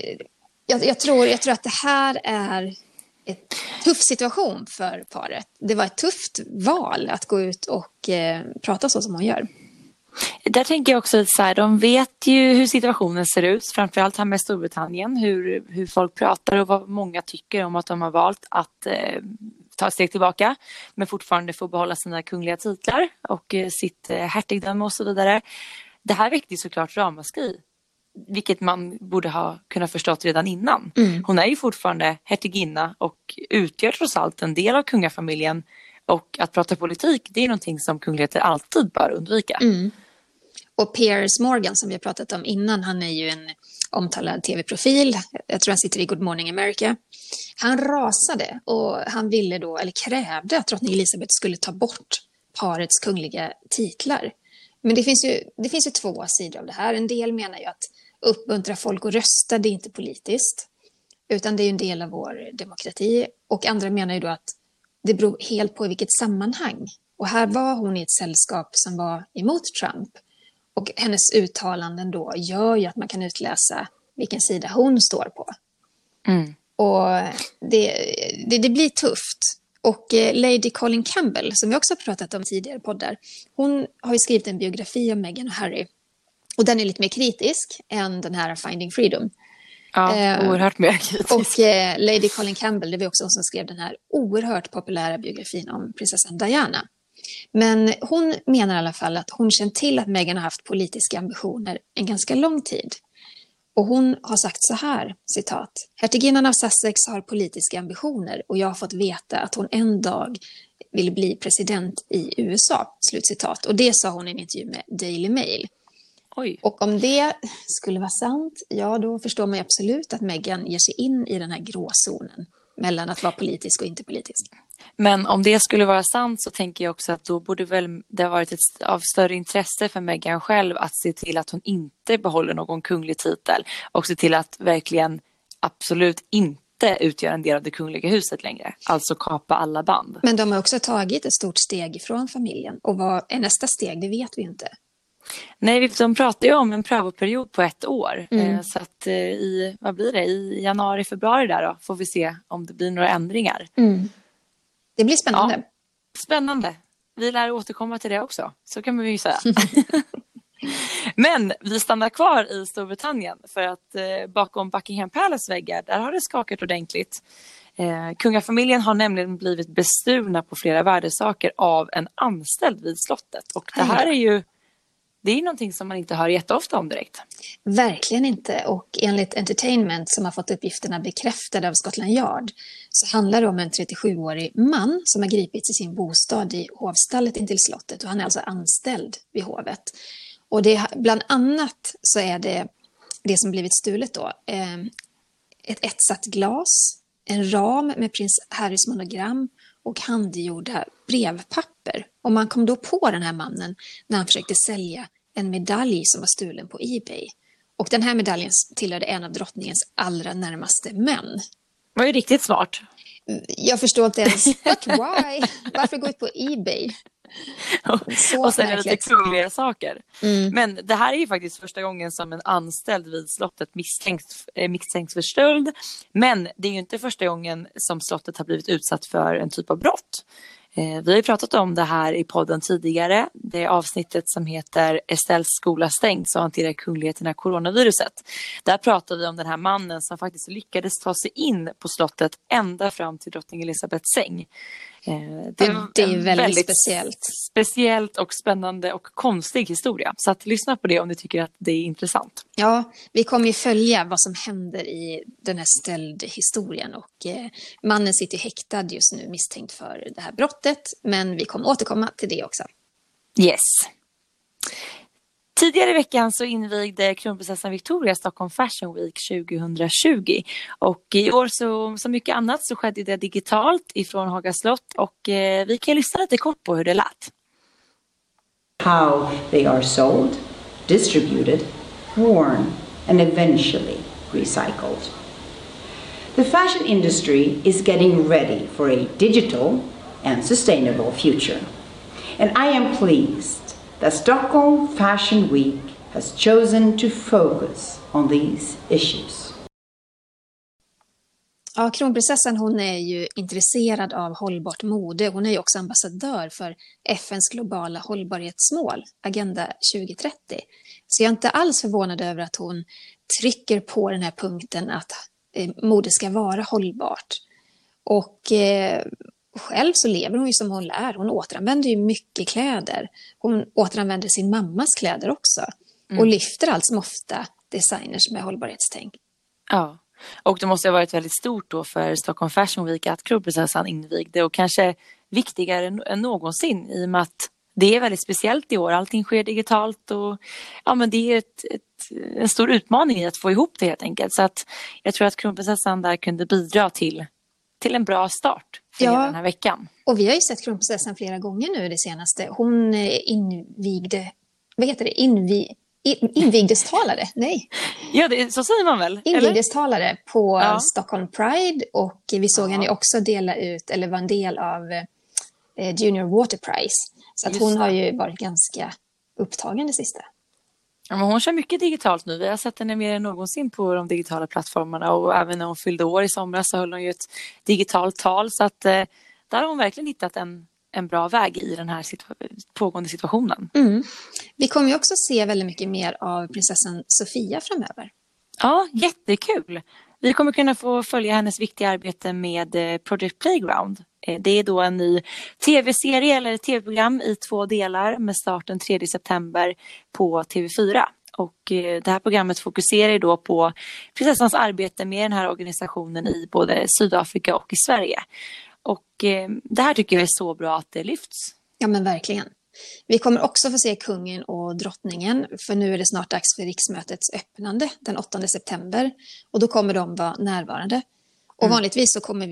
jag tror att det här är en tuff situation för paret. Det var ett tufft val att gå ut och prata så som hon gör. Där tänker jag också så här, de vet ju hur situationen ser ut, framförallt här med Storbritannien, hur folk pratar och vad många tycker om att de har valt att ta ett steg tillbaka men fortfarande få behålla sina kungliga titlar och sitt hertigdöme och så vidare. Det här väckte såklart ramaskri, vilket man borde ha kunnat förstått redan innan. Hon är ju fortfarande hertiginna och utgör trots allt en del av kungafamiljen, och att prata politik, det är någonting som kungligheter alltid bör undvika. Och Piers Morgan som vi har pratat om innan, han är ju en omtalad tv-profil. Jag tror han sitter i Good Morning America. Han rasade och han ville då, eller krävde att drottning Elizabeth skulle ta bort parets kungliga titlar. Men det finns ju två sidor av det här. En del menar ju att uppmuntra folk att rösta, det är inte politiskt. Utan det är ju en del av vår demokrati. Och andra menar ju då att det beror helt på i vilket sammanhang. Och här var hon i ett sällskap som var emot Trump. Och hennes uttalanden då gör ju att man kan utläsa vilken sida hon står på. Och det blir tufft. Och Lady Colin Campbell, som vi också har pratat om tidigare poddar, hon har ju skrivit en biografi om Meghan och Harry. Och den är lite mer kritisk än den här Finding Freedom. Ja, oerhört mer kritisk. Och Lady Colin Campbell, det var också hon som skrev den här oerhört populära biografin om prinsessan Diana. Men hon menar i alla fall att hon känt till att Meghan har haft politiska ambitioner en ganska lång tid. Och hon har sagt så här, citat: "Hertiginnan av Sussex har politiska ambitioner och jag har fått veta att hon en dag vill bli president i USA", slutcitat. Och det sa hon i en intervju med Daily Mail. Oj. Och om det skulle vara sant, ja då förstår man ju absolut att Meghan ger sig in i den här gråzonen mellan att vara politisk och inte politisk. Men om det skulle vara sant så tänker jag också att då borde väl det ha varit av större intresse för Meghan själv att se till att hon inte behåller någon kunglig titel och se till att verkligen absolut inte utgöra en del av det kungliga huset längre. Alltså kapa alla band. Men de har också tagit ett stort steg ifrån familjen. Och vad är nästa steg, det vet vi inte. Nej, de pratar ju om en prövoperiod på 1 år. Så att i januari, februari där då får vi se om det blir några ändringar. Det blir spännande. Ja, spännande. Vi lär återkomma till det också. Så kan man ju säga. Men vi stannar kvar i Storbritannien för att bakom Buckingham Palace väggar, där har det skakat ordentligt. Kungafamiljen har nämligen blivit bestulna på flera värdesaker av en anställd vid slottet. Och det här det är någonting som man inte hör jätteofta om direkt. Verkligen inte. Och enligt Entertainment, som har fått uppgifterna bekräftade av Scotland Yard, så handlar det om en 37-årig man som har gripits i sin bostad i hovstallet intill slottet. Och han är alltså anställd vid hovet. Och bland annat så är det som blivit stulet då ett etsat glas, en ram med prins Harrys monogram och handgjorda brevpapper. Och man kom då på den här mannen när han försökte sälja en medalj som var stulen på eBay. Och den här medaljen tillhörde en av drottningens allra närmaste män. Det var ju riktigt smart. Jag förstår inte ens, but why? Varför gå ut på eBay? Och sälja lite kungliga saker. Men det här är ju faktiskt första gången som en anställd vid slottet misstänks för stöld. Men det är ju inte första gången som slottet har blivit utsatt för en typ av brott. Vi har ju pratat om det här i podden tidigare. Det är avsnittet som heter Estelles skola stängt, så hanterar kungligheterna coronaviruset. Där pratar vi om den här mannen som faktiskt lyckades ta sig in på slottet ända fram till drottning Elizabeths säng. Det är väldigt speciellt och spännande och konstig historia. Så att lyssna på det om ni tycker att det är intressant. Ja, vi kommer ju följa vad som händer i den här stöldhistorien. Och mannen sitter häktad just nu misstänkt för det här brottet. Men vi kommer återkomma till det också. Yes. Tidigare i veckan så invigde kronprinsessan Victoria Stockholm Fashion Week 2020. Och i år så mycket annat så skedde det digitalt ifrån Haga slott. Och vi kan lyssna lite kort på hur det lät. How they are sold, distributed, worn and eventually recycled. The fashion industry is getting ready for a digital and sustainable future. And I am pleased that Stockholm Fashion Week has chosen to focus on these issues. Ja, kronprinsessan, hon är ju intresserad av hållbart mode. Hon är ju också ambassadör för FNs globala hållbarhetsmål, Agenda 2030. Så jag är inte alls förvånad över att hon trycker på den här punkten att mode ska vara hållbart. Och själv så lever hon ju som hon lär. Hon återanvänder ju mycket kläder. Hon återanvänder sin mammas kläder också. Och lyfter allt som ofta designers med hållbarhetstänk. Ja, och det måste ha varit väldigt stort då för Stockholm Fashion Week att kronprinsessan invigde. Och kanske viktigare än någonsin i och med att det är väldigt speciellt i år. Allting sker digitalt och ja, men det är en stor utmaning i att få ihop det helt enkelt. Så att jag tror att kronprinsessan där kunde bidra till en bra start för hela den här veckan. Och vi har ju sett kronprinsessan flera gånger nu det senaste. Hon invigde, vad heter det? Invigdestalare? Nej. Ja, så säger man väl? Invigdestalare på Stockholm Pride, och vi såg henne också dela ut, eller var en del av Junior Water Prize. Så att hon har ju varit ganska upptagen det sista. Ja, men hon kör mycket digitalt nu. Vi har sett henne mer än någonsin på de digitala plattformarna. Och även när hon fyllde år i somras så höll hon ju ett digitalt tal. Så att där har hon verkligen hittat en bra väg i den här pågående situationen. Vi kommer ju också se väldigt mycket mer av prinsessan Sofia framöver. Ja, jättekul. Vi kommer kunna få följa hennes viktiga arbete med Project Playground. Det är då en ny tv-serie eller tv-program i 2 delar med start den 3 september på TV4. Och det här programmet fokuserar då på prinsessans arbete med den här organisationen i både Sydafrika och i Sverige. Och det här tycker jag är så bra att det lyfts. Ja, men verkligen. Vi kommer också få se kungen och drottningen, för nu är det snart dags för riksmötets öppnande den 8 september. Och då kommer de vara närvarande. Och vanligtvis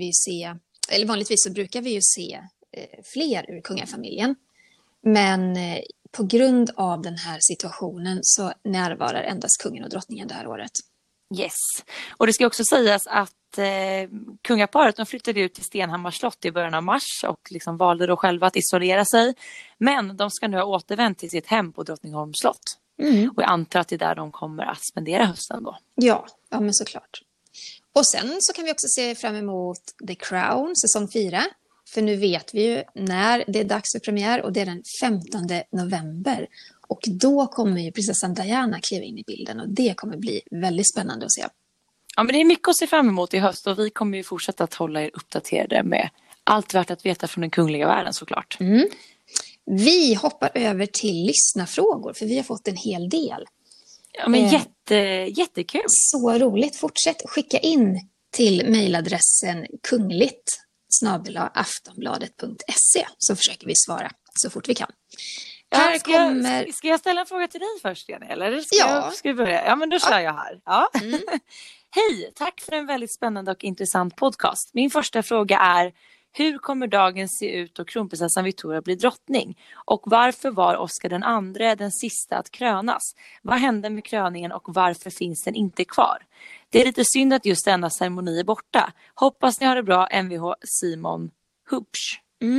så brukar vi ju se fler ur kungafamiljen. Men på grund av den här situationen så närvarar endast kungen och drottningen det här året. Yes. Och det ska också sägas att kungaparet, de flyttade ut till Stenhammars slott i början av mars och liksom valde då själva att isolera sig. Men de ska nu ha återvänt till sitt hem på Drottningholms slott. Och jag antar att det är där de kommer att spendera hösten då. Ja, men såklart. Och sen så kan vi också se fram emot The Crown, säsong 4. För nu vet vi ju när det är dags för premiär, och det är den 15 november. Och då kommer ju prinsessan Diana kliva in i bilden, och det kommer bli väldigt spännande att se. Ja, men det är mycket att se fram emot i höst och vi kommer ju fortsätta att hålla er uppdaterade med allt värt att veta från den kungliga världen såklart. Vi hoppar över till lyssnarfrågor för vi har fått en hel del. Ja, men jättekul. Så roligt. Fortsätt skicka in till mejladressen kungligt@aftonbladet.se så försöker vi svara så fort vi kan. Ja, ska jag ställa en fråga till dig först, Jenny? Eller ska vi börja? Ja, men då kör jag här. Ja. Hej, tack för en väldigt spännande och intressant podcast. Min första fråga är: hur kommer dagen se ut då kronprinsessan Victoria blir drottning? Och varför var Oscar den andre den sista att krönas? Vad hände med kröningen och varför finns den inte kvar? Det är lite synd att just denna ceremoni är borta. Hoppas ni har det bra, Mvh Simon Hupsch.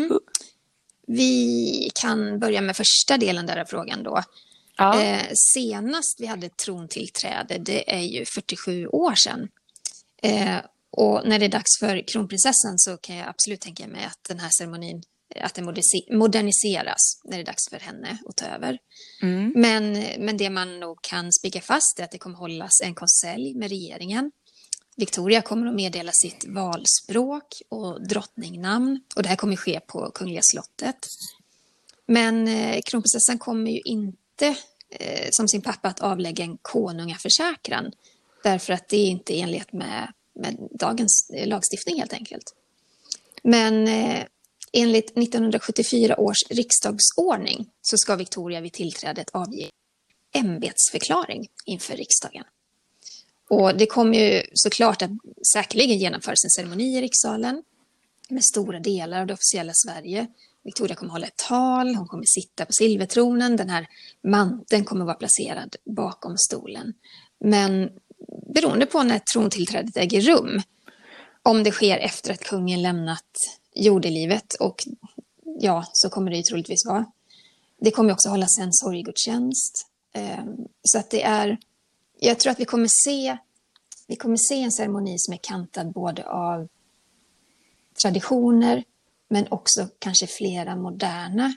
Vi kan börja med första delen där av frågan då. Ja. Senast vi hade trontillträde, det är ju 47 år sedan. Och när det är dags för kronprinsessan så kan jag absolut tänka mig att den här ceremonin att den moderniseras när det är dags för henne att ta över. Men det man nog kan spika fast är att det kommer hållas en konselj med regeringen. Victoria kommer att meddela sitt valspråk och drottningnamn och det här kommer ske på Kungliga slottet. Men kronprinsessan kommer ju inte som sin pappa att avlägga en konungaförsäkran därför att det är inte enligt med dagens lagstiftning helt enkelt. Men enligt 1974 års riksdagsordning så ska Victoria vid tillträdet avge ämbetsförklaring inför riksdagen. Och det kommer ju såklart att säkerligen genomföras en ceremoni i rikssalen med stora delar av det officiella Sverige. Victoria kommer hålla ett tal, hon kommer sitta på silvertronen, den här manteln kommer vara placerad bakom stolen. Men beroende på när trontillträdet äger rum, om det sker efter att kungen lämnat jordelivet, och ja, så kommer det ju troligtvis vara. Det kommer också hållas en sorggudstjänst. Så att det är, jag tror att vi kommer se en ceremoni som är kantad både av traditioner men också kanske flera moderna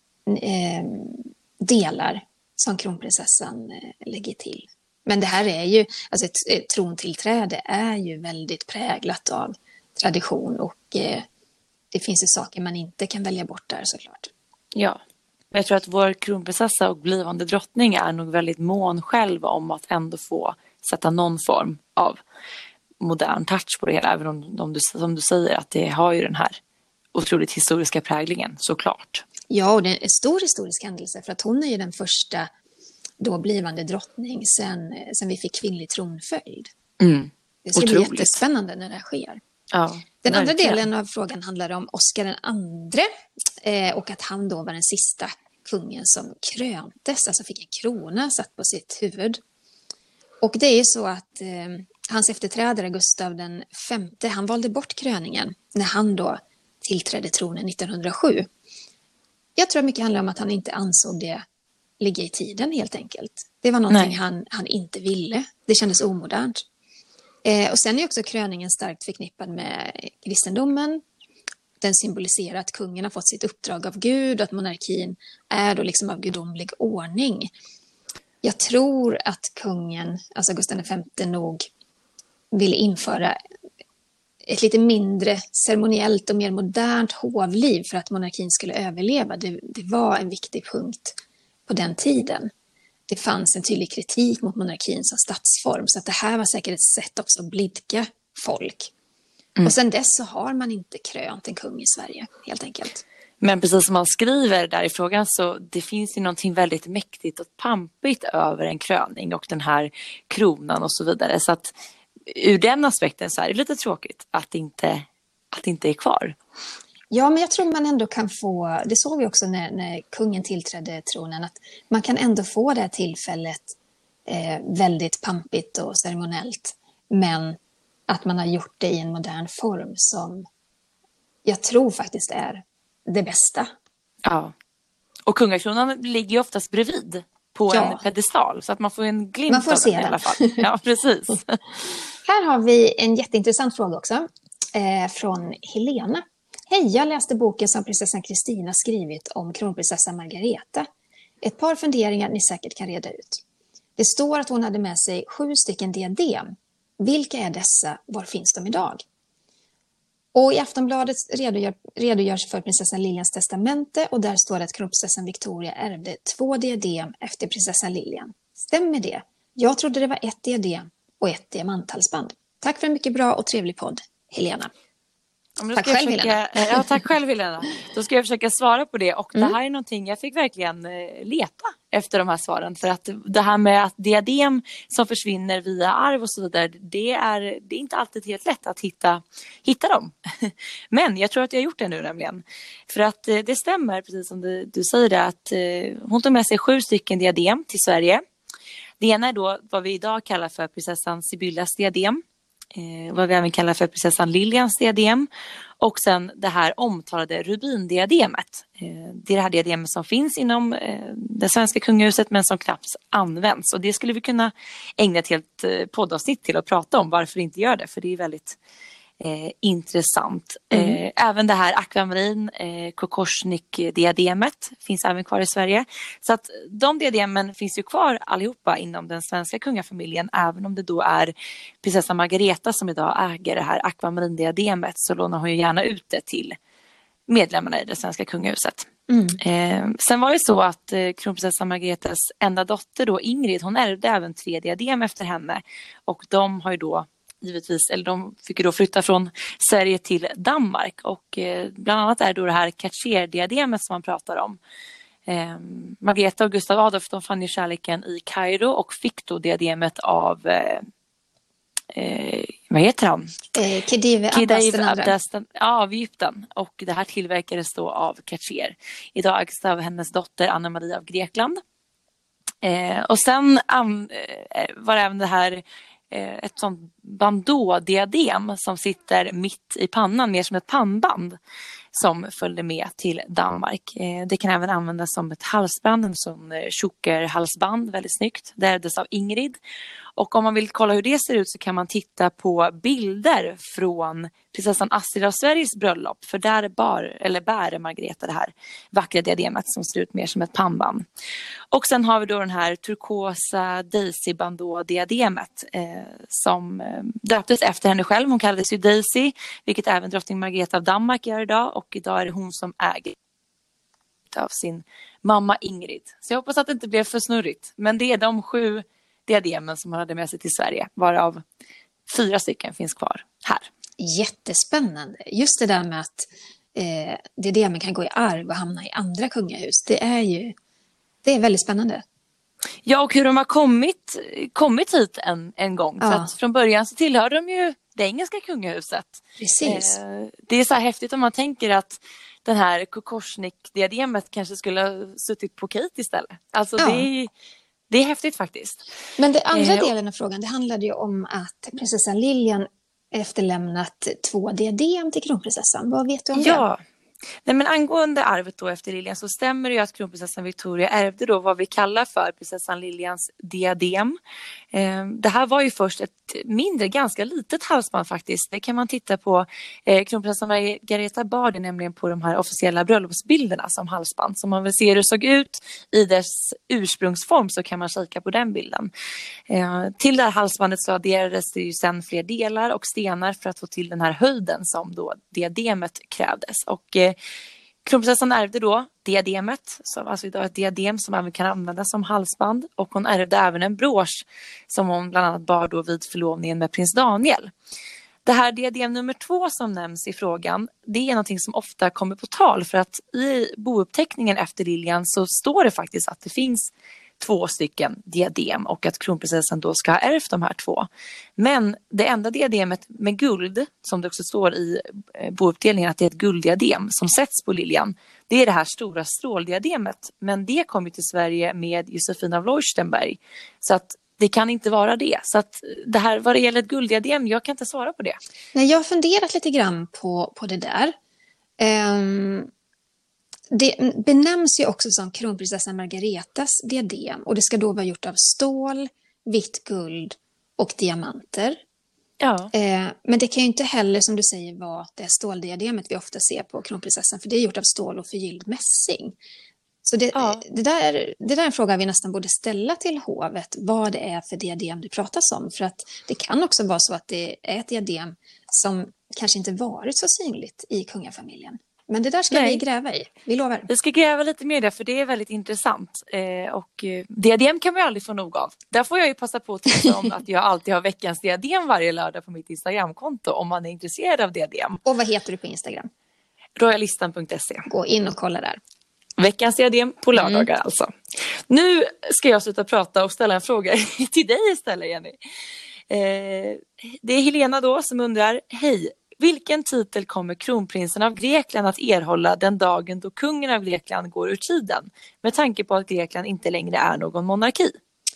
delar som kronprinsessan lägger till. Men det här är ju, alltså ett trontillträde är ju väldigt präglat av tradition och det finns ju saker man inte kan välja bort där såklart. Ja, jag tror att vår kronprinsessa och blivande drottning är nog väldigt mån själv om att ändå få sätta någon form av modern touch på det hela. Även om du, som du säger, att det har ju den här otroligt historiska präglingen såklart. Ja, och det är en stor historisk händelse för att hon är ju den första då blivande drottning sen vi fick kvinnlig tronföljd. Det ska bli jättespännande när det sker. Ja, den andra delen av frågan handlar om Oscar den andre och att han då var den sista kungen som kröntes, alltså fick en krona satt på sitt huvud. Och det är ju så att hans efterträdare Gustav den femte, han valde bort kröningen när han då tillträdde tronen 1907. Jag tror att mycket handlar om att han inte ansåg det ligga i tiden helt enkelt. Det var någonting han inte ville. Det kändes omodernt. Och sen är också kröningen starkt förknippad med kristendomen. Den symboliserar att kungen har fått sitt uppdrag av Gud och att monarkin är då liksom av gudomlig ordning. Jag tror att kungen, alltså Gustav V, nog ville införa ett lite mindre ceremoniellt och mer modernt hovliv för att monarkin skulle överleva. Det var en viktig punkt på den tiden. Det fanns en tydlig kritik mot monarkin som statsform, så att det här var säkert ett sätt också att blidka folk. Och sen dess så har man inte krönt en kung i Sverige, helt enkelt. Men precis som man skriver där i frågan så det finns ju någonting väldigt mäktigt och pampigt över en kröning och den här kronan och så vidare. Så att ur den aspekten så är det lite tråkigt att det inte är kvar. Ja, men jag tror man ändå kan få, det såg vi också när kungen tillträdde tronen, att man kan ändå få det här tillfället väldigt pampigt och ceremoniellt. Men att man har gjort det i en modern form som jag tror faktiskt är det bästa. Ja, och kungakronan ligger ju oftast bredvid på en pedestal så att man får en glimt man får av se den i alla fall. Ja, precis. Här har vi en jätteintressant fråga också från Helena. Hej, jag läste boken som prinsessan Kristina skrivit om kronprinsessan Margareta. Ett par funderingar ni säkert kan reda ut. Det står att hon hade med sig 7 stycken diadem. Vilka är dessa? Var finns de idag? Och i Aftonbladet redogörs för prinsessan Lilians testamente och där står det att kronprinsessan Victoria ärvde 2 diadem efter prinsessan Lilian. Stämmer det? Jag trodde det var 1 diadem och 1 diamanthalsband. Tack för en mycket bra och trevlig podd, Helena. Tack själv, Helena. Ja, tack själv, Helena. Då ska jag försöka svara på det. Och det här är någonting jag fick verkligen leta efter de här svaren. För att det här med att diadem som försvinner via arv och så vidare, det är inte alltid helt lätt att hitta dem. Men jag tror att jag har gjort det nu nämligen. För att det stämmer, precis som du säger det, att hon tog med sig 7 stycken diadem till Sverige. Det ena är då vad vi idag kallar för prinsessan Sibyllas diadem. Vad vi även kallar för prinsessan Lilians diadem. Och sen det här omtalade rubindiademet. Det är det här diademet som finns inom det svenska kungahuset men som knappt används. Och det skulle vi kunna ägna ett helt poddavsnitt till att prata om. Varför inte gör det? För det är väldigt intressant. Även det här akvamarin Kokorsnik-diademet finns även kvar i Sverige. Så att de diademen finns ju kvar allihopa inom den svenska kungafamiljen. Även om det då är prinsessan Margareta som idag äger det här akvamarin-diademet, så lånar hon ju gärna ut det till medlemmarna i det svenska kungahuset. Sen var det så att kronprinsessan Margaretas enda dotter då, Ingrid, hon ärvde även 3 diadem efter henne. Och de har ju då givetvis, eller de fick ju då flytta från Sverige till Danmark, och bland annat är då det här Cartier-diademet som man pratar om. Margareta och Gustav Adolf, de fann ju kärleken i Kairo och fick då diademet av vad heter han? Khedive Abbas den av Egypten, och det här tillverkades då av Cartier. Idag ägs av hennes dotter Anna Maria av Grekland. Och sen var det även det här ett sånt bandå-diadem som sitter mitt i pannan, mer som ett pannband, som följde med till Danmark. Det kan även användas som ett halsband, som chokerhalsband, väldigt snyggt. Det ärvdes av Ingrid. Och om man vill kolla hur det ser ut så kan man titta på bilder från prinsessan Astrid av Sveriges bröllop. För där bär Margareta det här vackra diademet som ser ut mer som ett pannband. Och sen har vi då den här turkosa Daisy Bandå-diademet som döptes efter henne själv. Hon kallades ju Daisy, vilket även drottning Margareta av Danmark gör idag. Och idag är det hon som äger av sin mamma Ingrid. Så jag hoppas att det inte blev för snurrigt. Men det är de 7 diademen som hon hade med sig till Sverige, varav 4 stycken finns kvar här. Jättespännande. Just det där med att diademen kan gå i arv och hamna i andra kungahus. Det är väldigt spännande. Ja, och hur de har kommit hit en gång. Ja. För att från början så tillhörde de ju det engelska kungahuset. Precis. Det är så här häftigt om man tänker att den här Kokorsnik-diademet kanske skulle ha suttit på Kate istället. Alltså det är häftigt faktiskt. Men det andra delen av frågan, det handlade ju om att prinsessan Lilian efterlämnat 2 diadem till kronprinsessan. Vad vet du om det? Nej, men angående arvet då efter Lilian så stämmer det ju att kronprinsessan Victoria ärvde då vad vi kallar för prinsessan Lilians diadem. Det här var ju först ett mindre, ganska litet halsband faktiskt. Det kan man titta på. Kronprinsessan Margareta bar det nämligen på de här officiella bröllopsbilderna som halsband. Så om man vill se hur det såg ut i dess ursprungsform så kan man kika på den bilden. Till det här halsbandet så adderades det ju sen fler delar och stenar för att få till den här höjden som då diademet krävdes. Och kronprinsessan ärvde då diademet, som alltså idag är ett diadem som även kan användas som halsband, och hon ärvde även en brosch som hon bland annat bar då vid förlovningen med prins Daniel. Det här diadem nummer 2 som nämns i frågan, det är någonting som ofta kommer på tal, för att i bouppteckningen efter Lilian så står det faktiskt att det finns 2 stycken diadem och att kronprinsessan då ska ha ärvt de här 2. Men det enda diademet med guld, som det också står i bouppdelningen att det är ett gulddiadem som sätts på Lilian, det är det här stora stråldiademet. Men det kom ju till Sverige med Josefina av Leuchtenberg. Så att det kan inte vara det. Så att det här, vad det gäller ett gulddiadem, jag kan inte svara på det. Nej, jag har funderat lite grann på det där. Det benämns ju också som kronprinsessan Margaretas diadem, och det ska då vara gjort av stål, vitt guld och diamanter. Ja. Men det kan ju inte heller, som du säger, vara det ståldiademet vi ofta ser på kronprinsessan, för det är gjort av stål och förgylld mässing. Så det där är en fråga vi nästan borde ställa till hovet, vad det är för diadem det pratas om. För att det kan också vara så att det är ett diadem som kanske inte varit så synligt i kungafamiljen. Men det där ska vi gräva i, vi lovar. Vi ska gräva lite mer där, för det är väldigt intressant. Diadem kan man ju aldrig få nog av. Där får jag ju passa på att tipsa om att jag alltid har veckans diadem varje lördag på mitt Instagramkonto om man är intresserad av diadem. Och vad heter du på Instagram? Royalistan.se. Gå in och kolla där. Veckans diadem på lördagar alltså. Nu ska jag sluta prata och ställa en fråga till dig istället, Jenny. Det är Helena då som undrar, hej, vilken titel kommer kronprinsen av Grekland att erhålla den dagen då kungen av Grekland går ur tiden? Med tanke på att Grekland inte längre är någon monarki.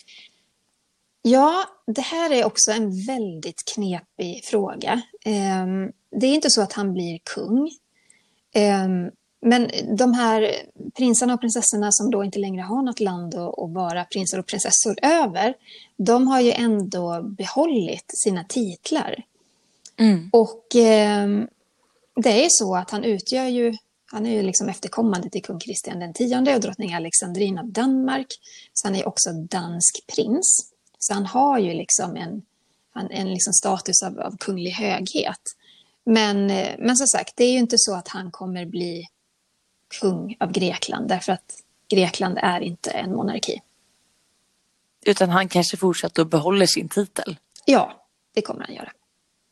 Ja, det här är också en väldigt knepig fråga. Det är inte så att han blir kung. Men de här prinsarna och prinsessorna som då inte längre har något land att vara prinsar och prinsessor över, de har ju ändå behållit sina titlar. Och det är så att han är ju liksom efterkommande till kung Kristian den 10:e och drottning Alexandrina av Danmark. Så han är också dansk prins. Så han har ju liksom en liksom status av kunglig höghet. Men som sagt, det är ju inte så att han kommer bli kung av Grekland, därför att Grekland är inte en monarki. Utan han kanske fortsätter och behåller sin titel. Ja, det kommer han göra.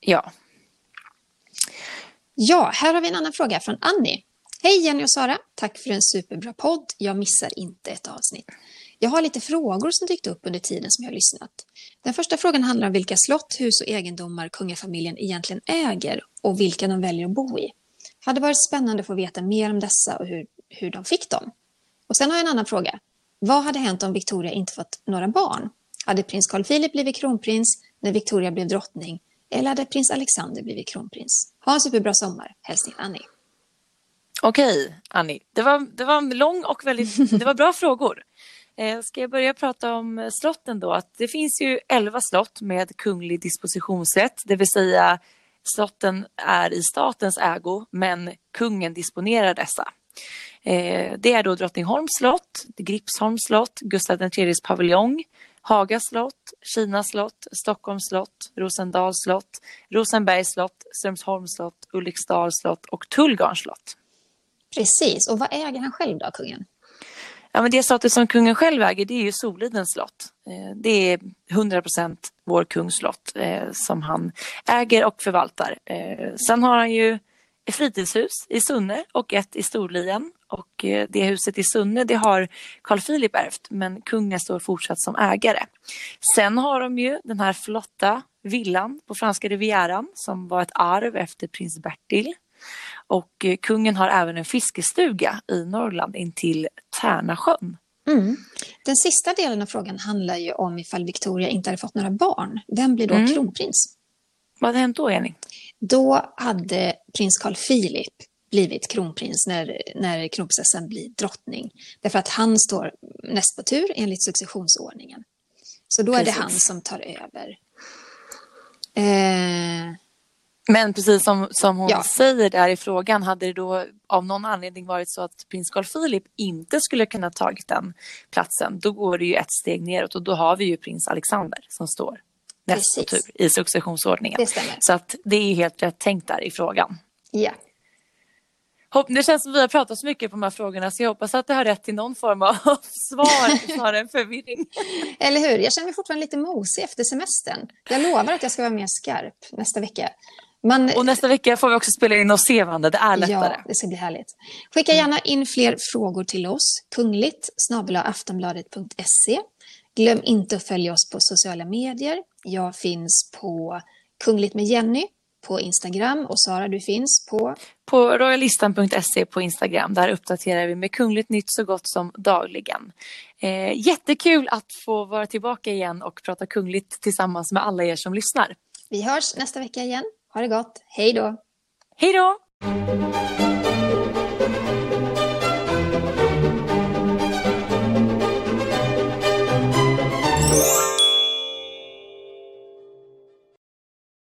Ja, här har vi en annan fråga från Annie. Hej Jenny och Sara, tack för en superbra podd. Jag missar inte ett avsnitt. Jag har lite frågor som dykt upp under tiden som jag har lyssnat. Den första frågan handlar om vilka slott, hus och egendomar kungafamiljen egentligen äger och vilka de väljer att bo i. Hade varit spännande att få veta mer om dessa och hur de fick dem. Och sen har jag en annan fråga. Vad hade hänt om Victoria inte fått några barn? Hade prins Carl Philip blivit kronprins när Victoria blev drottning? Eller hade prins Alexander blivit kronprins? Ha en superbra sommar. Hälsning Annie. Okej, Annie. Det var en lång och det var bra frågor. Ska jag börja prata om slotten då? Att det finns ju 11 slott med kunglig dispositionsrätt. Det vill säga slotten är i statens ägo, men kungen disponerar dessa. Det är då Drottningholms slott, Gripsholms slott, Gustav III:s paviljong, Haga slott, Kina slott, Stockholms slott, Rosendals slott, Rosenbergs slott, Strömsholms slott, Ulriksdals slott och Tullgarns slott. Precis, och vad äger han själv då, kungen? Ja, men det slottet som kungen själv äger, det är ju Solidens slott. Det är 100% vår kungsslott som han äger och förvaltar. Sen har han ju ett fritidshus i Sunne och ett i Storlien. Och det huset i Sunne, det har Carl Philip ärvt, men kungen står fortsatt som ägare. Sen har de ju den här flotta villan på franska rivieran som var ett arv efter prins Bertil. Och kungen har även en fiskestuga i Norrland intill Tärnasjön. Den sista delen av frågan handlar ju om ifall Victoria inte hade fått några barn. Vem blir då kronprins? Vad hade hänt då, Jenny? Då hade prins Carl Philip blivit kronprins när kronprinsessan blir drottning. Därför att han står näst på tur enligt successionsordningen. Så då är det han som tar över. Men precis som hon säger där i frågan, hade det då av någon anledning varit så att prins Carl Philip inte skulle kunna tagit den platsen, då går det ju ett steg neråt och då har vi ju prins Alexander som står näst på tur i successionsordningen. Det stämmer. Så att det är helt rätt tänkt där i frågan. Ja. Det känns som vi har pratat så mycket på de här frågorna, så jag hoppas att det har rätt till någon form av svar snarare än förvirring. Eller hur? Jag känner mig fortfarande lite mosig efter semestern. Jag lovar att jag ska vara mer skarp nästa vecka. Och nästa vecka får vi också spela in och sevande, det är lättare. Ja, det ska bli härligt. Skicka gärna in fler frågor till oss. kungligt@aftonbladet.se. Glöm inte att följa oss på sociala medier. Jag finns på Kungligt med Jenny på Instagram och Sara, du finns på royalistan.se på Instagram. Där uppdaterar vi med kungligt nytt så gott som dagligen. Jättekul att få vara tillbaka igen och prata kungligt tillsammans med alla er som lyssnar. Vi hörs nästa vecka igen. Ha det gott. Hej då! Hej då!